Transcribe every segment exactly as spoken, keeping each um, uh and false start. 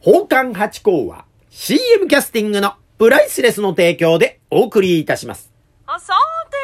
宝冠八甲は シーエム キャスティングのプライスレスの提供でお送りいたします。 あ、さて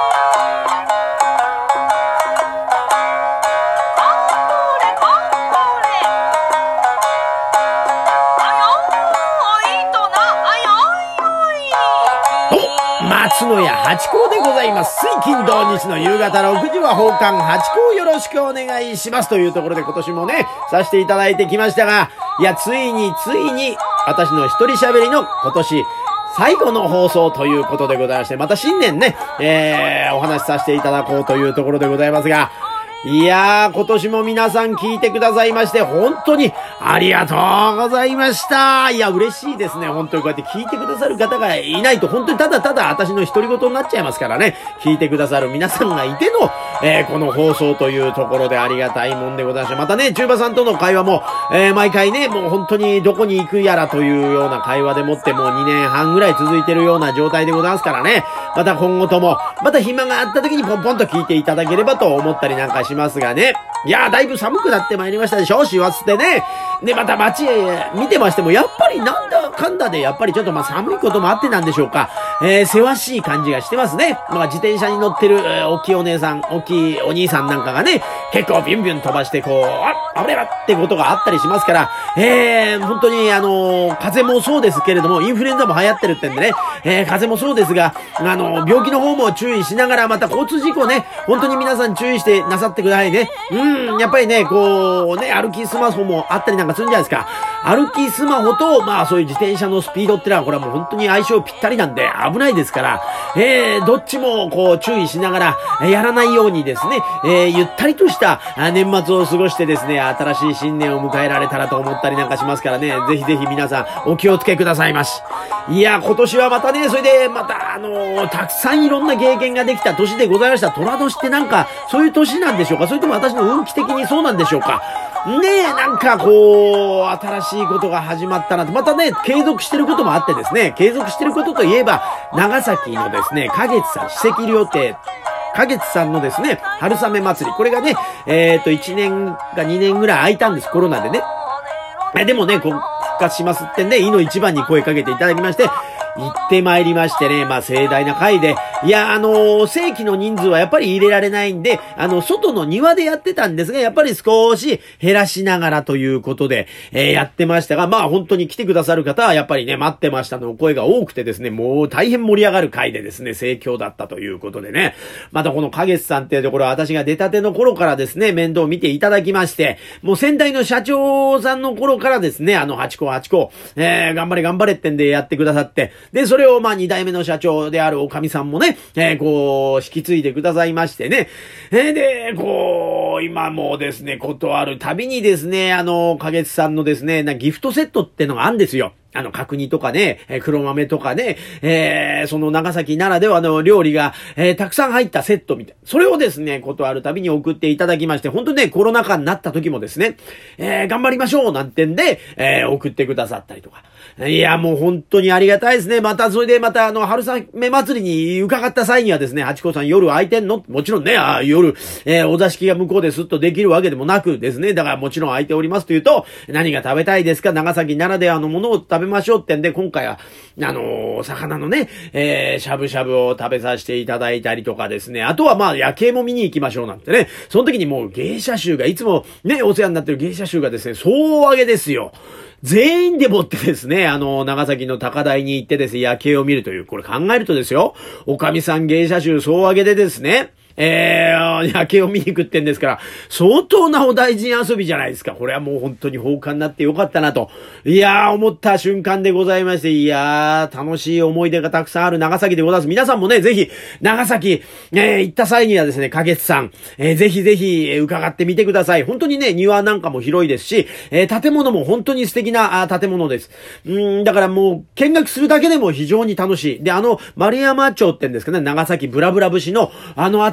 松野屋八甲でございます。水金土日の夕方ろくじは宝冠八甲よろしくお願いしますというところで、今年もねさせていただいてきましたが、いやついについに私の一人喋りの今年最後の放送ということでございまして、また新年ね、えー、お話しさせていただこうというところでございますが、いやー今年も皆さん聞いてくださいまして本当にありがとうございました。いや嬉しいですね。本当にこうやって聞いてくださる方がいないと本当にただただ私の独り言になっちゃいますからね。聞いてくださる皆さんがいての、えー、この放送というところでありがたいもんでございまして、またね中馬さんとの会話も、えー、毎回ねもう本当にどこに行くやらというような会話でもってもうにねんはんぐらい続いてるような状態でございますからね。また今後ともまた暇があった時にポンポンと聞いていただければと思ったりなんかしますがね。いやーだいぶ寒くなってまいりましたでしょ、師走ってね。でまた街へ見てましてもやっぱりなんだかんだでやっぱりちょっとまあ寒いこともあってなんでしょうか、えー、せわしい感じがしてますね。まあ自転車に乗ってる、えー、大きいお姉さん大きいお兄さんなんかがね結構ビュンビュン飛ばしてこうあ危ねばってことがあったりしますから、えー、本当にあのー、風邪もそうですけれどもインフルエンザも流行ってるってんでね、えー、風邪もそうですがあのー、病気の方も注意しながら、また交通事故ね本当に皆さん注意してなさってくださいね。うんやっぱりねこうね歩きスマホもあったりなんかするんじゃないですか。歩きスマホとまあそういう自転車のスピードってのはこれはもう本当に相性ぴったりなんで危ないですから、えー、どっちもこう注意しながら、えー、やらないようにですね、えー、ゆったりとした年末を過ごしてですね新しい新年を迎えられたらと思ったりなんかしますからね、ぜひぜひ皆さんお気をつけくださいまし。いや今年はまたねそれでまたあのー、たくさんいろんな経験ができた年でございました。寅年ってなんかそういう年なんでしょうか、それとも私の運気的にそうなんでしょうかねえ。なんかこう新しいことが始まったなと、またね継続してることもあってですね、継続してることといえば長崎のですね花月さん史跡料亭花月さんのですね春雨祭り、これがねえっといちねんかにねんぐらい空いたんです、コロナでね。えでもねこう復活しますってんでいの一番に声かけていただきまして行ってまいりましてね、まあ盛大な会で、いやあのー、正規の人数はやっぱり入れられないんで、あの外の庭でやってたんですが、やっぱり少し減らしながらということで、えー、やってましたが、まあ本当に来てくださる方はやっぱりね待ってましたの声が多くてですね、もう大変盛り上がる会でですね盛況だったということでね、またこの花月さんっていうところは私が出たての頃からですね面倒を見ていただきまして、もう先代の社長さんの頃からですねあの八甲八甲、えー、頑張れ頑張れってんでやってくださって、で、それをまあ二代目の社長であるおかみさんもね、えー、こう、引き継いでくださいましてね。えー、で、こう、今もですね、ことあるたびにですね、あの、花月さんのですね、なギフトセットってのがあるんですよ。あの、角煮とかね、黒豆とかね、えー、その長崎ならではの料理が、えー、たくさん入ったセットみたい。それをですね、ことあるたびに送っていただきまして、本当ね、コロナ禍になった時もですね、えー、頑張りましょうなんてんで、えー、送ってくださったりとか。いや、もう本当にありがたいですね。また、それでまた、あの、春雨祭りに伺った際にはですね、八甲さん夜空いてんの？もちろんね、あ夜、えー、お座敷が向こうですっとできるわけでもなくですね、だからもちろん空いておりますというと、何が食べたいですか？長崎ならではのものを食べましょうってんで、今回は、あのー、魚のね、えー、しゃぶしゃぶを食べさせていただいたりとかですね、あとはまあ、夜景も見に行きましょうなんてね、その時にもう芸者衆が、いつもね、お世話になってる芸者衆がですね、総上げですよ。全員でもってですね、あの、長崎の高台に行ってですね、夜景を見るという、これ考えるとですよ、おかみさん芸者衆総上げでですね、えー、夜景を見に行くってんですから、相当なお大臣遊びじゃないですか。これはもう本当に放課になってよかったなと。いやー、思った瞬間でございまして、いやー、楽しい思い出がたくさんある長崎でございます。皆さんもね、ぜひ、長崎、えー、行った際にはですね、花月さん、えー、ぜひぜひ、えー、伺ってみてください。本当にね、庭なんかも広いですし、えー、建物も本当に素敵なあ建物です。うーん、だからもう、見学するだけでも非常に楽しい。で、あの、丸山町ってんですかね、長崎ブラブラ節の、あのあたり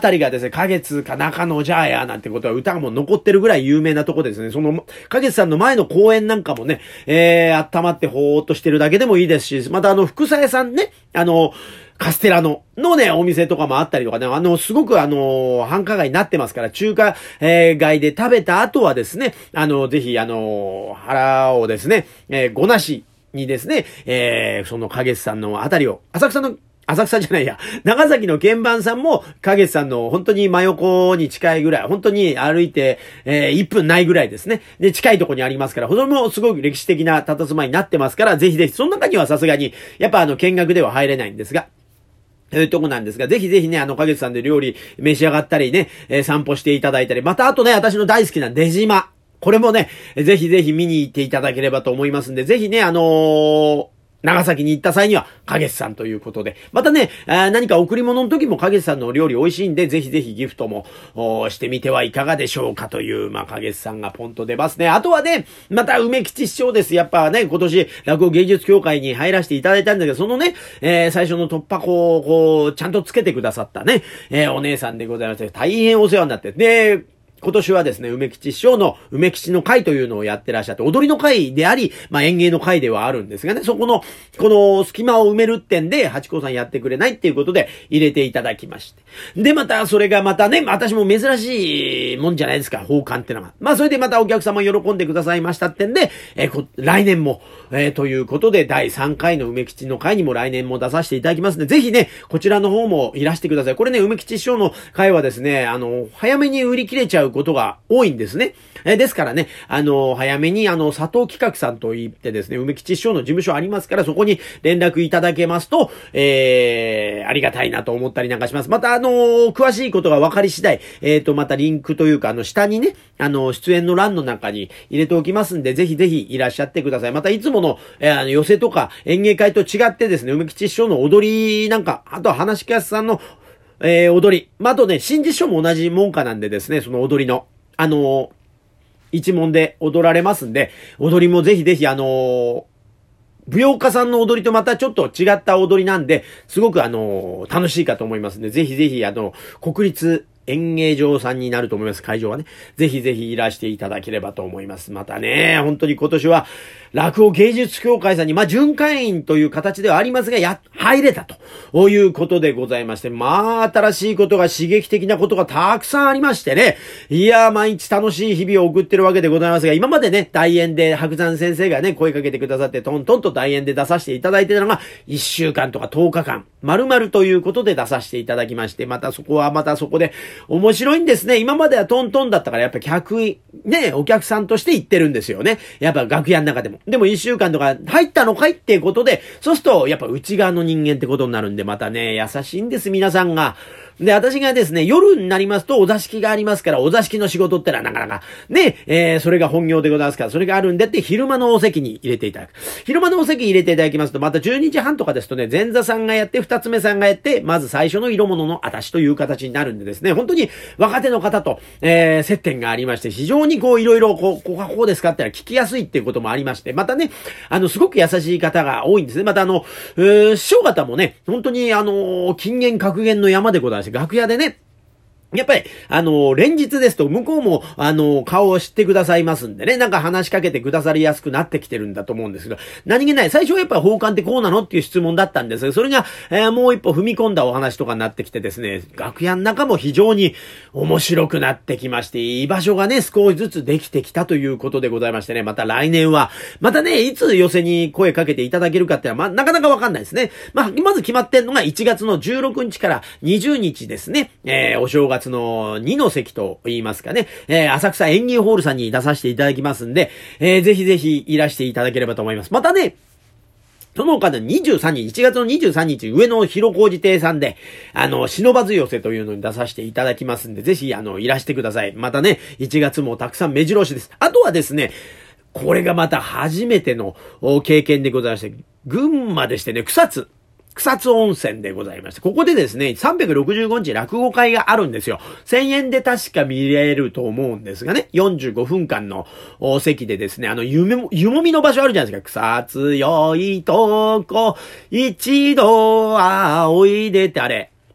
たりがですね、花月か中野じゃあやなんてことは歌がもう残ってるぐらい有名なとこですね。その、花月さんの前の公園なんかもね、えー、温まってほーっとしてるだけでもいいですし、またあの、福佐屋さんね、あの、カステラの、のね、お店とかもあったりとかね、あの、すごくあの、繁華街になってますから、中華、えー、街で食べた後はですね、あの、ぜひあの、腹をですね、えー、ごなしにですね、えー、その花月さんのあたりを、浅草の、浅草じゃないや、長崎の鍵盤さんも、花月さんの本当に真横に近いぐらい、本当に歩いて、えー、いっぷんないぐらいですね。で、近いところにありますから、それもすごく歴史的な佇まいになってますから、ぜひぜひ、その中にはさすがに、やっぱあの、見学では入れないんですが、というとこなんですが、ぜひぜひね、あの、花月さんで料理召し上がったりね、えー、散歩していただいたり、またあとね、私の大好きな出島。これもね、ぜひぜひ見に行っていただければと思いますんで、ぜひね、あのー、長崎に行った際には、花月さんということで。またね、何か贈り物の時も花月さんの料理美味しいんで、ぜひぜひギフトもしてみてはいかがでしょうかという、まあ、花月さんがポンと出ますね。あとはね、また梅吉師匠です。やっぱね、今年、落語芸術協会に入らせていただいたんだけど、そのね、えー、最初の突破口を、こう、ちゃんとつけてくださったね、えー、お姉さんでございまして、大変お世話になって、で、今年はですね、梅吉師匠の梅吉の会というのをやってらっしゃって、踊りの会であり、まあ演芸の会ではあるんですがね、そこの、この隙間を埋めるってんで、八甲さんやってくれないっていうことで入れていただきまして。で、またそれがまたね、私も珍しいもんじゃないですか、奉還ってのが。まあそれでまたお客様喜んでくださいましたってんで、えー、来年も、えー、ということで、だいさんかいの梅吉の会にも来年も出させていただきますので、ぜひね、こちらの方もいらしてください。これね、梅吉師匠の会はですね、あの、早めに売り切れちゃうことが多いんですね。えー、ですからね、あの、早めにあの、佐藤企画さんと言ってですね、梅吉師匠の事務所ありますから、そこに連絡いただけますと、えー、ありがたいなと思ったりなんかします。またあの、詳しいことが分かり次第、えーと、またリンクというか、あの、下にね、あの、出演の欄の中に入れておきますんで、ぜひぜひいらっしゃってください。またいつもの、えー、あの、寄席とか演芸会と違ってですね、梅吉師匠の踊りなんか、あとは話し家さんの、えー、踊り。まあ、あとね、新実師匠も同じ門下なんでですね、その踊りの、あのー、一門で踊られますんで、踊りもぜひぜひあのー、舞踊家さんの踊りとまたちょっと違った踊りなんで、すごくあのー、楽しいかと思いますんで、ぜひぜひあの、国立演芸場さんになると思います。会場はね。ぜひぜひいらしていただければと思います。またね、本当に今年は、落語芸術協会さんに、まあ、巡回員という形ではありますが、や、入れたということでございまして、まあ、新しいことが刺激的なことがたくさんありましてね、いや、毎日楽しい日々を送ってるわけでございますが、今までね、大演で白山先生がね、声かけてくださって、トントンと大演で出させていただいてたのが、いっしゅうかんとかとおかかん、丸々ということで出させていただきまして、またそこはまたそこで、面白いんですね。今まではトントンだったから、やっぱ客、ね、お客さんとして行ってるんですよね。やっぱ楽屋の中でも。でも一週間とか入ったのかいっていうことで、そうすると、やっぱ内側の人間ってことになるんで、またね、優しいんです、皆さんが。で、私がですね、夜になりますとお座敷がありますから、お座敷の仕事ってのはなかなか、ね、えー、それが本業でございますから、それがあるんでって、昼間のお席に入れていただく。昼間のお席入れていただきますと、またじゅうにじはんとかですとね、前座さんがやって、二つ目さんがやって、まず最初の色物のあたしという形になるんでですね、本当に若手の方と、えー、接点がありまして、非常にこう、いろいろ、こう、ここはこうですかってのは聞きやすいっていうこともありまして、またね、あの、すごく優しい方が多いんですね。またあの、えー、師匠方もね、本当にあの、金言格言の山でございまして、楽屋でね、やっぱり、あの、連日ですと、向こうも、あの、顔を知ってくださいますんでね、なんか話しかけてくださりやすくなってきてるんだと思うんですけど、何気ない、最初はやっぱり奉還ってこうなのっていう質問だったんですが、それが、えー、もう一歩踏み込んだお話とかになってきてですね、楽屋の中も非常に面白くなってきまして、居場所がね、少しずつできてきたということでございましてね、また来年は、またね、いつ寄せに声かけていただけるかってのは、まあ、なかなかわかんないですね。まあ、まず決まってんのがいちがつのじゅうろくにちからにじゅうにちですね、えー、お正月のにの席と言いますかね、えー、浅草演芸ホールさんに出させていただきますんで、えー、ぜひぜひいらしていただければと思います。またね、その他のにじゅうさんにち、いちがつのにじゅうさんにち、上野広小路亭さんで、あの、忍ばず寄せというのに出させていただきますんで、ぜひ、あの、いらしてください。またね、いちがつもたくさん目白押しです。あとはですね、これがまた初めての経験でございまして、群馬でしてね、草津。草津温泉でございまして、ここでですね、さんびゃくろくじゅうごにち落語会があるんですよ。せんえんで確か見れると思うんですがね、よんじゅうごふんかんの席でですね、あの、夢も、湯もみの場所あるじゃないですか。草津よいとこ、一度あおいでってあれ。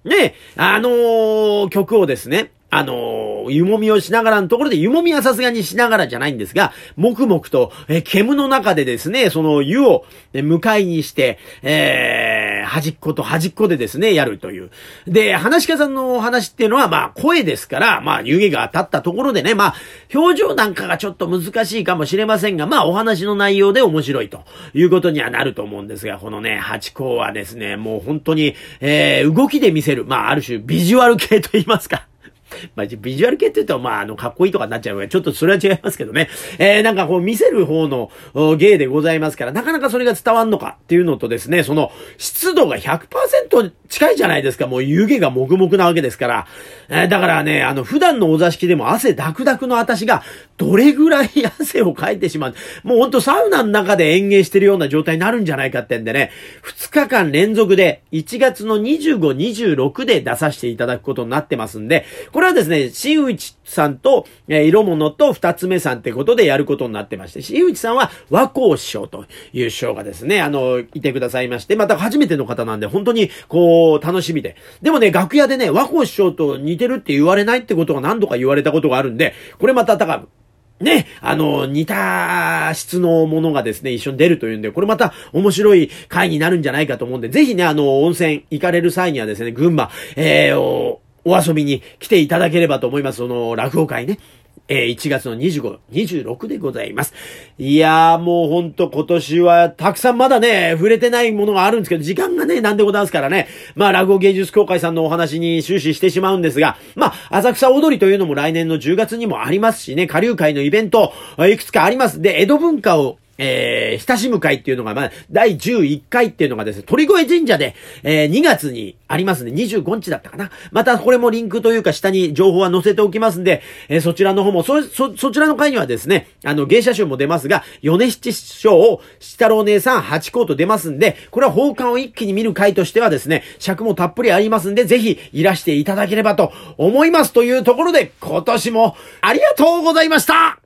ね、あのー、曲をですね、あのー、湯もみをしながらのところで、湯もみはさすがにしながらじゃないんですが、黙々と、えー、煙の中でですね、その湯を、えー、迎えにして、えー、端っこと端っこでですね、やるという。で、話し家さんのお話っていうのは、まあ、声ですから、まあ、湯気が当たったところでね、まあ、表情なんかがちょっと難しいかもしれませんが、まあ、お話の内容で面白いということにはなると思うんですが、このね、ハチ公はですね、もう本当に、えー、動きで見せる、まあ、ある種、ビジュアル系と言いますか。まあ、ビジュアル系って言うと、まあ、あの、かっこいいとかになっちゃうから、ちょっとそれは違いますけどね。えー、なんかこう、見せる方の芸でございますから、なかなかそれが伝わんのかっていうのとですね、その、湿度が ひゃくパーセント 近いじゃないですか。もう湯気がもぐもぐなわけですから。えー、だからね、あの、普段のお座敷でも汗ダクダクの私が、どれぐらい汗をかいてしまう。もうほんとサウナの中で演芸してるような状態になるんじゃないかってんでね、ふつかかん連続で、いちがつのにじゅうご、にじゅうろくで出させていただくことになってますんで、これはですね、新内さんと、えー、色物と二つ目さんってことでやることになってまして、新内さんは和光師匠という師匠がですね、あの、いてくださいまして、また初めての方なんで、本当に、こう、楽しみで。でもね、楽屋でね、和光師匠と似てるって言われないってことが何度か言われたことがあるんで、これまた、だから、ね、あの、似た質のものがですね、一緒に出るというんで、これまた面白い回になるんじゃないかと思うんで、ぜひね、あの、温泉行かれる際にはですね、群馬、えー、お、お遊びに来ていただければと思います。その、落語会ね。えー、いちがつのにじゅうご、にじゅうろくでございます。いやーもうほんと今年はたくさんまだね、触れてないものがあるんですけど、時間がね、なんでございますからね。まあ、落語芸術協会さんのお話に終始してしまうんですが、まあ、浅草踊りというのも来年のじゅうがつにもありますしね、下流会のイベント、いくつかあります。で、江戸文化をえー、親しむ会っていうのが、まあ、だいじゅういっかいっていうのがですね、鳥越神社で、えー、にがつにありますね。にじゅうごにちだったかな。またこれもリンクというか下に情報は載せておきますんで、えー、そちらの方も、そ、そ、そちらの会にはですね、あの、芸者集も出ますが、米七師匠、七太郎姉さん、八甲と出ますんで、これは奉還を一気に見る会としてはですね、尺もたっぷりありますんで、ぜひいらしていただければと思いますというところで、今年もありがとうございました。